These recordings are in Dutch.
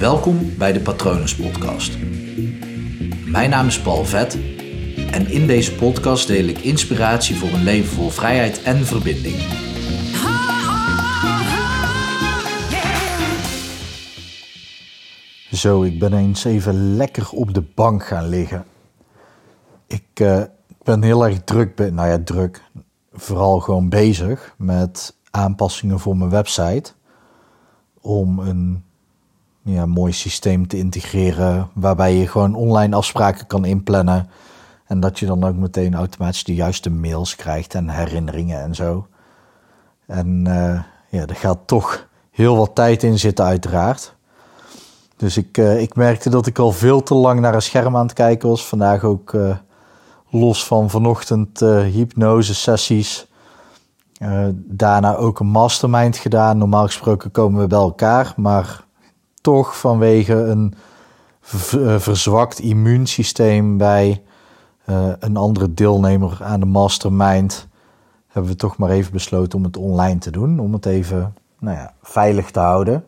Welkom bij de Patronus Podcast. Mijn naam is Paul Vet en in deze podcast deel ik inspiratie voor een leven vol vrijheid en verbinding. Zo, ik ben eens even lekker op de bank gaan liggen. Ik ben heel erg druk, vooral gewoon bezig met aanpassingen voor mijn website. Om een mooi systeem te integreren waarbij je gewoon online afspraken kan inplannen. En dat je dan ook meteen automatisch de juiste mails krijgt en herinneringen en zo. En er gaat toch heel wat tijd in zitten uiteraard. Dus ik merkte dat ik al veel te lang naar een scherm aan het kijken was. Vandaag ook los van vanochtend hypnose sessies. Daarna ook een mastermind gedaan. Normaal gesproken komen we bij elkaar, maar toch vanwege een verzwakt immuunsysteem bij een andere deelnemer aan de mastermind hebben we toch maar even besloten om het online te doen. Om het even veilig te houden.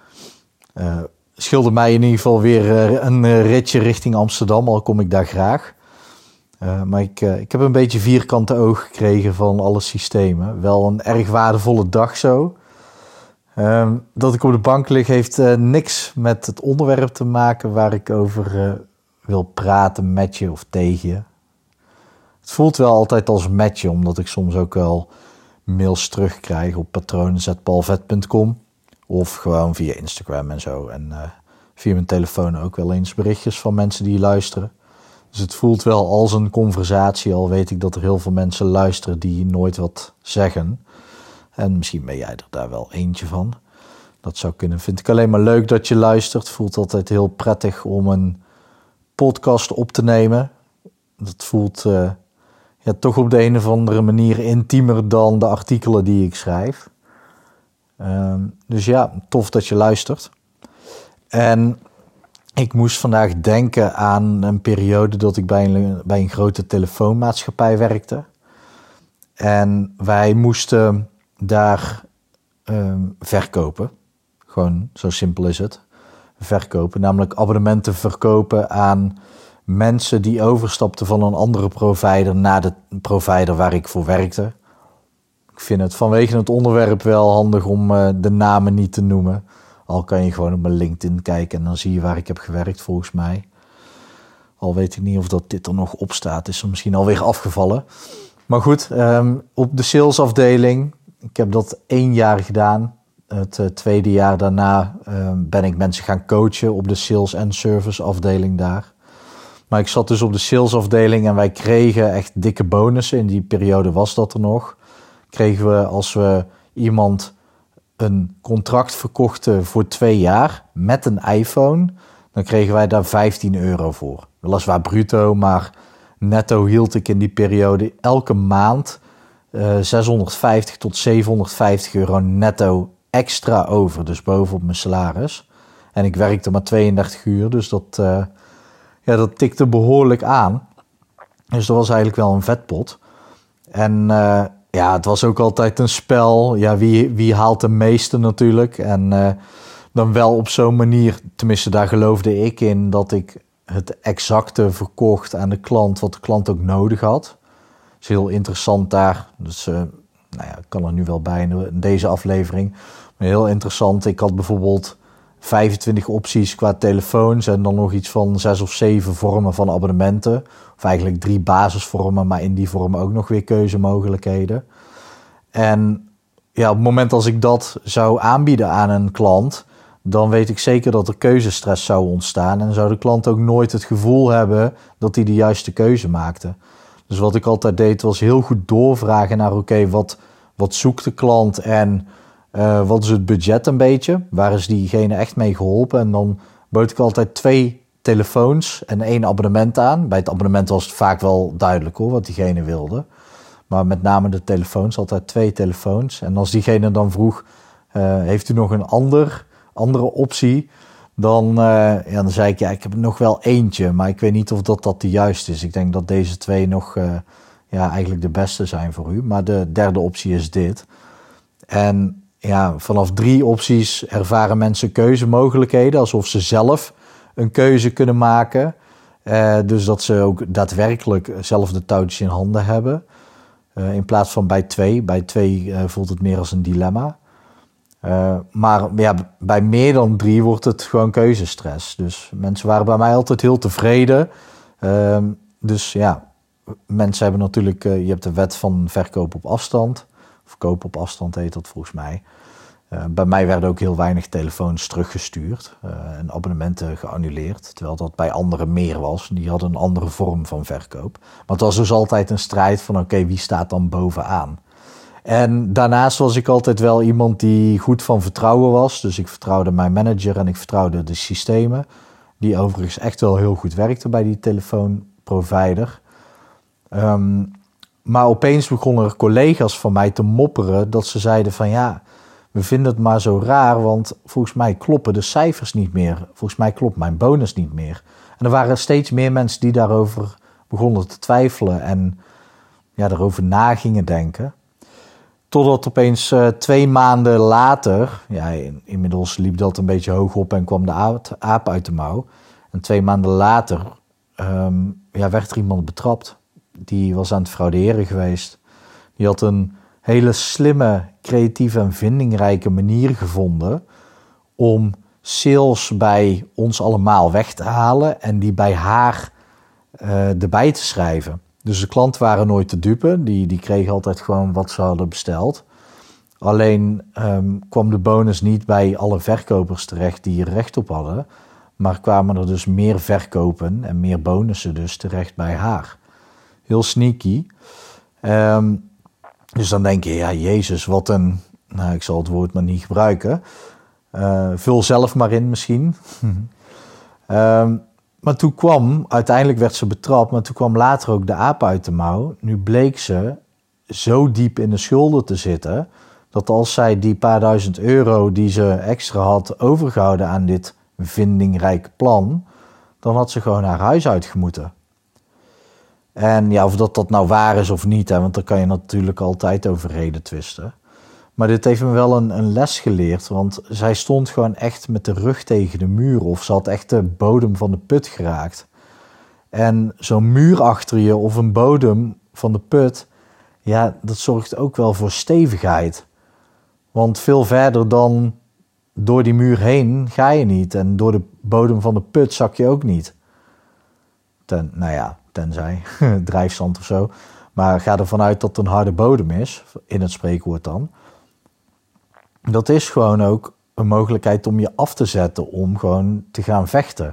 Scheelde mij in ieder geval weer een ritje richting Amsterdam, al kom ik daar graag. Maar ik heb een beetje vierkante oog gekregen van alle systemen. Wel een erg waardevolle dag zo. Dat ik op de bank lig heeft niks met het onderwerp te maken waar ik over wil praten met je of tegen je. Het voelt wel altijd als met je, omdat ik soms ook wel mails terugkrijg op patronen@paulvet.com of gewoon via Instagram en zo. En via mijn telefoon ook wel eens berichtjes van mensen die luisteren. Dus het voelt wel als een conversatie, al weet ik dat er heel veel mensen luisteren die nooit wat zeggen. En misschien ben jij er daar wel eentje van. Dat zou kunnen. Vind ik alleen maar leuk dat je luistert. Voelt altijd heel prettig om een podcast op te nemen. Dat voelt toch op de een of andere manier intiemer dan de artikelen die ik schrijf. Dus ja, tof dat je luistert. En ik moest vandaag denken aan een periode dat ik bij een grote telefoonmaatschappij werkte. En wij moesten daar verkopen. Gewoon, zo simpel is het. Verkopen, namelijk abonnementen verkopen aan mensen die overstapten van een andere provider naar de provider waar ik voor werkte. Ik vind het vanwege het onderwerp wel handig om de namen niet te noemen. Al kan je gewoon op mijn LinkedIn kijken en dan zie je waar ik heb gewerkt volgens mij. Al weet ik niet of dat dit er nog op staat, is er misschien alweer afgevallen. Maar goed, op de salesafdeling, ik heb dat 1 jaar gedaan. Het tweede jaar daarna ben ik mensen gaan coachen op de sales en service afdeling daar. Maar ik zat dus op de salesafdeling en wij kregen echt dikke bonussen. In die periode was dat er nog. Kregen we als we iemand een contract verkochten voor 2 jaar met een iPhone, dan kregen wij daar €15 voor. Weliswaar bruto, maar netto hield ik in die periode elke maand 650 tot €750 netto extra over. Dus bovenop mijn salaris. En ik werkte maar 32 uur, dus dat tikte behoorlijk aan. Dus dat was eigenlijk wel een vetpot. En het was ook altijd een spel. Ja, wie haalt de meeste natuurlijk. En dan wel op zo'n manier, tenminste daar geloofde ik in, dat ik het exacte verkocht aan de klant wat de klant ook nodig had. Dat is heel interessant daar. Dus ik kan er nu wel bij in deze aflevering. Maar heel interessant. Ik had bijvoorbeeld 25 opties qua telefoons en dan nog iets van 6 of 7 vormen van abonnementen. Of eigenlijk 3 basisvormen, maar in die vormen ook nog weer keuzemogelijkheden. En ja, op het moment als ik dat zou aanbieden aan een klant, dan weet ik zeker dat er keuzestress zou ontstaan. En zou de klant ook nooit het gevoel hebben dat hij de juiste keuze maakte. Dus wat ik altijd deed was heel goed doorvragen naar wat zoekt de klant en wat is het budget een beetje? Waar is diegene echt mee geholpen? En dan bood ik altijd 2 telefoons en 1 abonnement aan. Bij het abonnement was het vaak wel duidelijk hoor, wat diegene wilde. Maar met name de telefoons, altijd 2 telefoons. En als diegene dan vroeg, heeft u nog een andere optie? Dan zei ik, ik heb er nog wel eentje, maar ik weet niet of dat de juiste is. Ik denk dat deze 2 nog eigenlijk de beste zijn voor u. Maar de derde optie is dit. En vanaf 3 opties ervaren mensen keuzemogelijkheden, alsof ze zelf een keuze kunnen maken. Dus dat ze ook daadwerkelijk zelf de touwtjes in handen hebben. In plaats van bij 2. Bij 2 voelt het meer als een dilemma. Maar bij meer dan 3 wordt het gewoon keuzestress. Dus mensen waren bij mij altijd heel tevreden. Dus mensen hebben natuurlijk... je hebt de wet van verkoop op afstand. Of koop op afstand heet dat volgens mij. Bij mij werden ook heel weinig telefoons teruggestuurd. En abonnementen geannuleerd. Terwijl dat bij anderen meer was. Die hadden een andere vorm van verkoop. Maar het was dus altijd een strijd van wie staat dan bovenaan? En daarnaast was ik altijd wel iemand die goed van vertrouwen was. Dus ik vertrouwde mijn manager en ik vertrouwde de systemen. Die overigens echt wel heel goed werkten bij die telefoonprovider. Maar opeens begonnen er collega's van mij te mopperen dat ze zeiden van we vinden het maar zo raar, want volgens mij kloppen de cijfers niet meer. Volgens mij klopt mijn bonus niet meer. En er waren steeds meer mensen die daarover begonnen te twijfelen en daarover na gingen denken. Totdat opeens 2 maanden later, inmiddels liep dat een beetje hoog op en kwam de aap uit de mouw. En 2 maanden later werd er iemand betrapt. Die was aan het frauderen geweest. Die had een hele slimme, creatieve en vindingrijke manier gevonden om sales bij ons allemaal weg te halen en die bij haar erbij te schrijven. Dus de klanten waren nooit te dupe. Die kregen altijd gewoon wat ze hadden besteld. Alleen kwam de bonus niet bij alle verkopers terecht die er recht op hadden. Maar kwamen er dus meer verkopen en meer bonussen dus terecht bij haar. Heel sneaky. Dus dan denk je, Jezus, wat een... Nou, ik zal het woord maar niet gebruiken. Vul zelf maar in misschien. Maar toen uiteindelijk werd ze betrapt, maar toen kwam later ook de aap uit de mouw. Nu bleek ze zo diep in de schulden te zitten, dat als zij die paar duizend euro die ze extra had overgehouden aan dit vindingrijke plan, dan had ze gewoon haar huis uitgemoeten. En of dat nou waar is of niet, want daar kan je natuurlijk altijd over reden twisten. Maar dit heeft me wel een les geleerd, want zij stond gewoon echt met de rug tegen de muur. Of ze had echt de bodem van de put geraakt. En zo'n muur achter je of een bodem van de put, dat zorgt ook wel voor stevigheid. Want veel verder dan door die muur heen ga je niet. En door de bodem van de put zak je ook niet. Tenzij, drijfzand of zo. Maar ga ervan uit dat het een harde bodem is, in het spreekwoord dan. Dat is gewoon ook een mogelijkheid om je af te zetten, om gewoon te gaan vechten.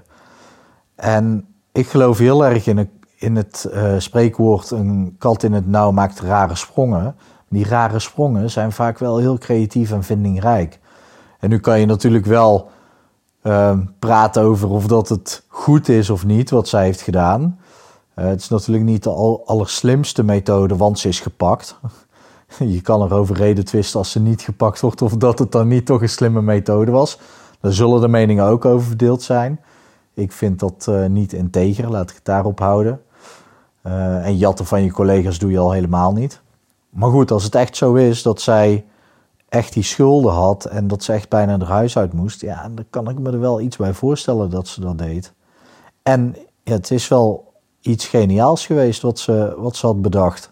En ik geloof heel erg in het spreekwoord, een kat in het nauw maakt rare sprongen. Die rare sprongen zijn vaak wel heel creatief en vindingrijk. En nu kan je natuurlijk wel praten over of dat het goed is of niet wat zij heeft gedaan. Het is natuurlijk niet de allerslimste methode, want ze is gepakt. Je kan erover reden twisten als ze niet gepakt wordt of dat het dan niet toch een slimme methode was. Daar zullen de meningen ook over verdeeld zijn. Ik vind dat niet integer, laat ik het daarop houden. En jatten van je collega's doe je al helemaal niet. Maar goed, als het echt zo is dat zij echt die schulden had en dat ze echt bijna haar huis uit moest, dan kan ik me er wel iets bij voorstellen dat ze dat deed. En het is wel iets geniaals geweest wat ze had bedacht.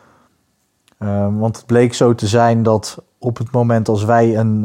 Want het bleek zo te zijn dat op het moment als wij een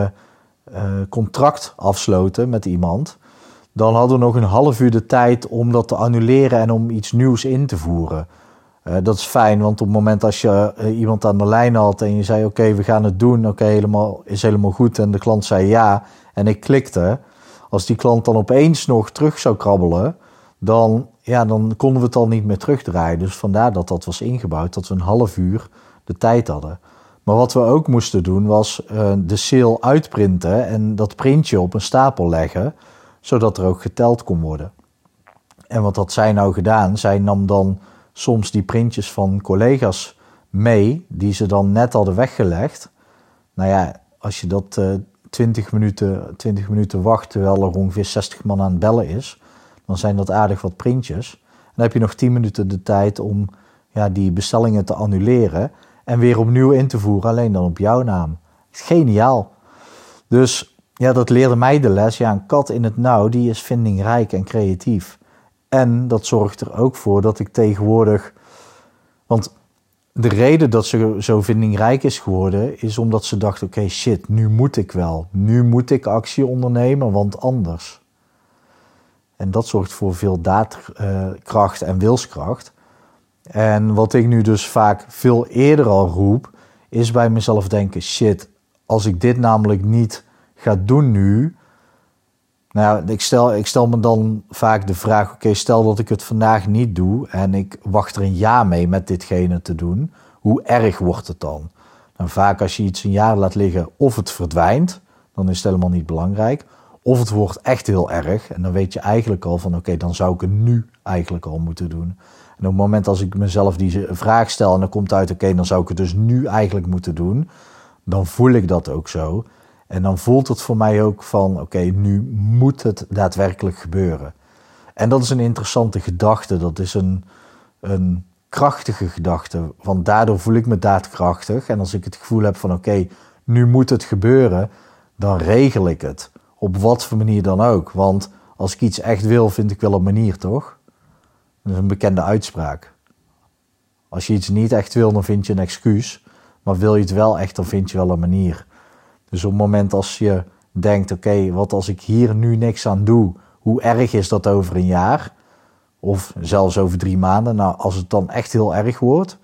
contract afsloten met iemand, dan hadden we nog een half uur de tijd om dat te annuleren en om iets nieuws in te voeren. Dat is fijn, want op het moment als je iemand aan de lijn had en je zei oké, we gaan het doen, is helemaal goed en de klant zei ja en ik klikte. Als die klant dan opeens nog terug zou krabbelen, dan konden we het al niet meer terugdraaien. Dus vandaar dat dat was ingebouwd, dat we een half uur de tijd hadden. Maar wat we ook moesten doen was de sale uitprinten en dat printje op een stapel leggen, zodat er ook geteld kon worden. En wat had zij nou gedaan? Zij nam dan soms die printjes van collega's mee, die ze dan net hadden weggelegd. Nou ja, als je dat 20 minuten wacht, terwijl er ongeveer 60 man aan het bellen is, dan zijn dat aardig wat printjes. En dan heb je nog 10 minuten de tijd om die bestellingen te annuleren en weer opnieuw in te voeren, alleen dan op jouw naam. Ik Geniaal. Dus ja, dat leerde mij de les. Ja, een kat in het nauw, die is vindingrijk en creatief. En dat zorgt er ook voor dat ik tegenwoordig... Want de reden dat ze zo vindingrijk is geworden... is omdat ze dacht, oké, shit, nu moet ik wel. Nu moet ik actie ondernemen, want anders. En dat zorgt voor veel daadkracht en wilskracht. En wat ik nu dus vaak veel eerder al roep... is bij mezelf denken, shit, als ik dit namelijk niet ga doen nu... Nou, ik stel me dan vaak de vraag... oké, stel dat ik het vandaag niet doe... en ik wacht er een jaar mee met ditgene te doen... hoe erg wordt het dan? Nou, vaak als je iets een jaar laat liggen... of het verdwijnt, dan is het helemaal niet belangrijk... of het wordt echt heel erg... en dan weet je eigenlijk al van... oké, dan zou ik het nu eigenlijk al moeten doen... En op het moment als ik mezelf die vraag stel... en dan komt uit, oké, dan zou ik het dus nu eigenlijk moeten doen... dan voel ik dat ook zo... En dan voelt het voor mij ook van, oké, nu moet het daadwerkelijk gebeuren. En dat is een interessante gedachte. Dat is een krachtige gedachte. Want daardoor voel ik me daadkrachtig. En als ik het gevoel heb van, oké, nu moet het gebeuren, dan regel ik het. Op wat voor manier dan ook. Want als ik iets echt wil, vind ik wel een manier, toch? Dat is een bekende uitspraak. Als je iets niet echt wil, dan vind je een excuus. Maar wil je het wel echt, dan vind je wel een manier. Dus op het moment als je denkt, oké, wat als ik hier nu niks aan doe, hoe erg is dat over een jaar? Of zelfs over 3 maanden. Nou, als het dan echt heel erg wordt,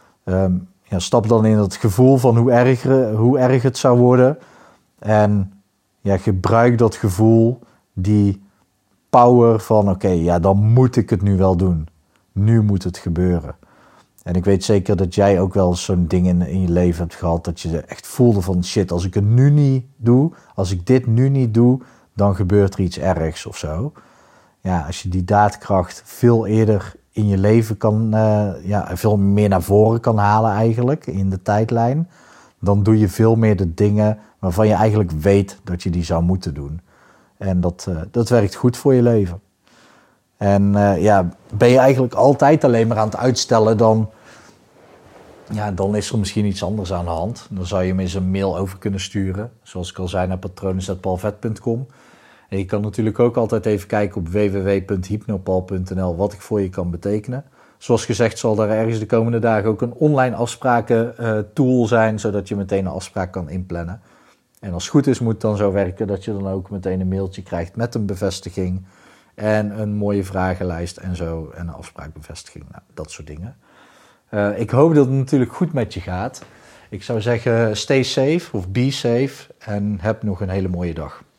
stap dan in het gevoel van hoe erg het zou worden. En ja, gebruik dat gevoel, die power van, oké, dan moet ik het nu wel doen. Nu moet het gebeuren. En ik weet zeker dat jij ook wel zo'n ding in je leven hebt gehad... dat je echt voelde van shit, als ik het nu niet doe... als ik dit nu niet doe, dan gebeurt er iets ergs of zo. Ja, als je die daadkracht veel eerder in je leven kan... veel meer naar voren kan halen eigenlijk in de tijdlijn... dan doe je veel meer de dingen waarvan je eigenlijk weet dat je die zou moeten doen. En dat werkt goed voor je leven. En ben je eigenlijk altijd alleen maar aan het uitstellen, dan is er misschien iets anders aan de hand. Dan zou je me eens een mail over kunnen sturen. Zoals ik al zei, naar patronen@paulvet.com. En je kan natuurlijk ook altijd even kijken op www.hypnopal.nl wat ik voor je kan betekenen. Zoals gezegd zal daar ergens de komende dagen ook een online afspraken tool zijn, zodat je meteen een afspraak kan inplannen. En als het goed is, moet het dan zo werken dat je dan ook meteen een mailtje krijgt met een bevestiging en een mooie vragenlijst en zo en een afspraakbevestiging. Nou, dat soort dingen. Ik hoop dat het natuurlijk goed met je gaat. Ik zou zeggen, stay safe of be safe en heb nog een hele mooie dag.